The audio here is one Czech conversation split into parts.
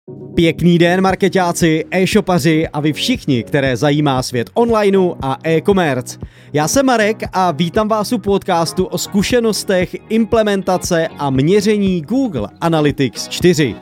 Pěkný den, markeťáci, e-shopaři a vy všichni, které zajímá svět onlineu a e-commerce. Já jsem Marek a vítám vás u podcastu o zkušenostech, implementace a měření Google Analytics 4.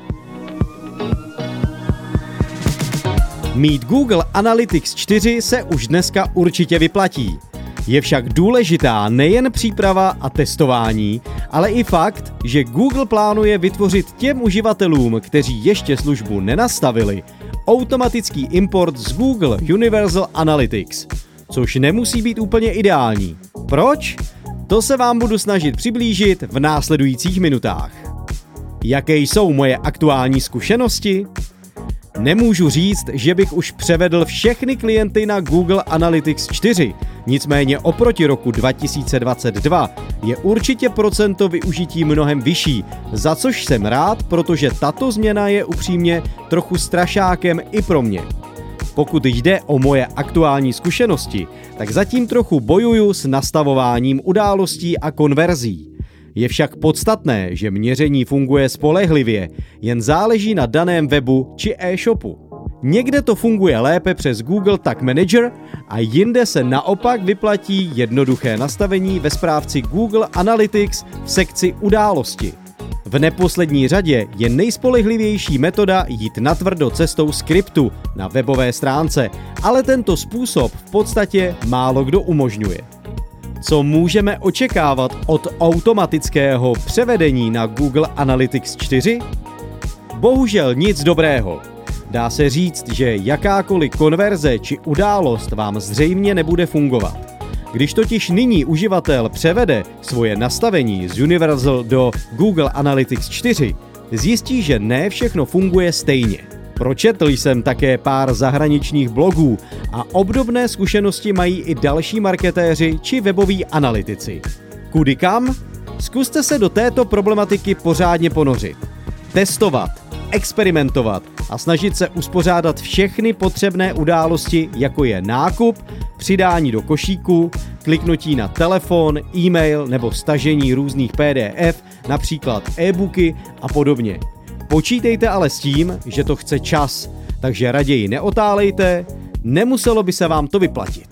Mít Google Analytics 4 se už dneska určitě vyplatí. Je však důležitá nejen příprava a testování, ale i fakt, že Google plánuje vytvořit těm uživatelům, kteří ještě službu nenastavili, automatický import z Google Universal Analytics, což nemusí být úplně ideální. Proč? To se vám budu snažit přiblížit v následujících minutách. Jaké jsou moje aktuální zkušenosti? Nemůžu říct, že bych už převedl všechny klienty na Google Analytics 4, nicméně oproti roku 2022 je určitě procento využití mnohem vyšší, za což jsem rád, protože tato změna je upřímně trochu strašákem i pro mě. Pokud jde o moje aktuální zkušenosti, tak zatím trochu bojuju s nastavováním událostí a konverzí. Je však podstatné, že měření funguje spolehlivě, jen záleží na daném webu či e-shopu. Někde to funguje lépe přes Google Tag Manager a jinde se naopak vyplatí jednoduché nastavení ve správci Google Analytics v sekci události. V neposlední řadě je nejspolehlivější metoda jít natvrdo cestou skriptu na webové stránce, ale tento způsob v podstatě málo kdo umožňuje. Co můžeme očekávat od automatického převedení na Google Analytics 4? Bohužel nic dobrého. Dá se říct, že jakákoliv konverze či událost vám zřejmě nebude fungovat. Když totiž nyní uživatel převede svoje nastavení z Universal do Google Analytics 4, zjistí, že ne všechno funguje stejně. Pročetl jsem také pár zahraničních blogů a obdobné zkušenosti mají i další marketéři či weboví analytici. Kudy kam? Zkuste se do této problematiky pořádně ponořit. Testovat, experimentovat a snažit se uspořádat všechny potřebné události, jako je nákup, přidání do košíku, kliknutí na telefon, e-mail nebo stažení různých PDF, například e-booky a podobně. Počítejte ale s tím, že to chce čas, takže raději neotálejte, nemuselo by se vám to vyplatit.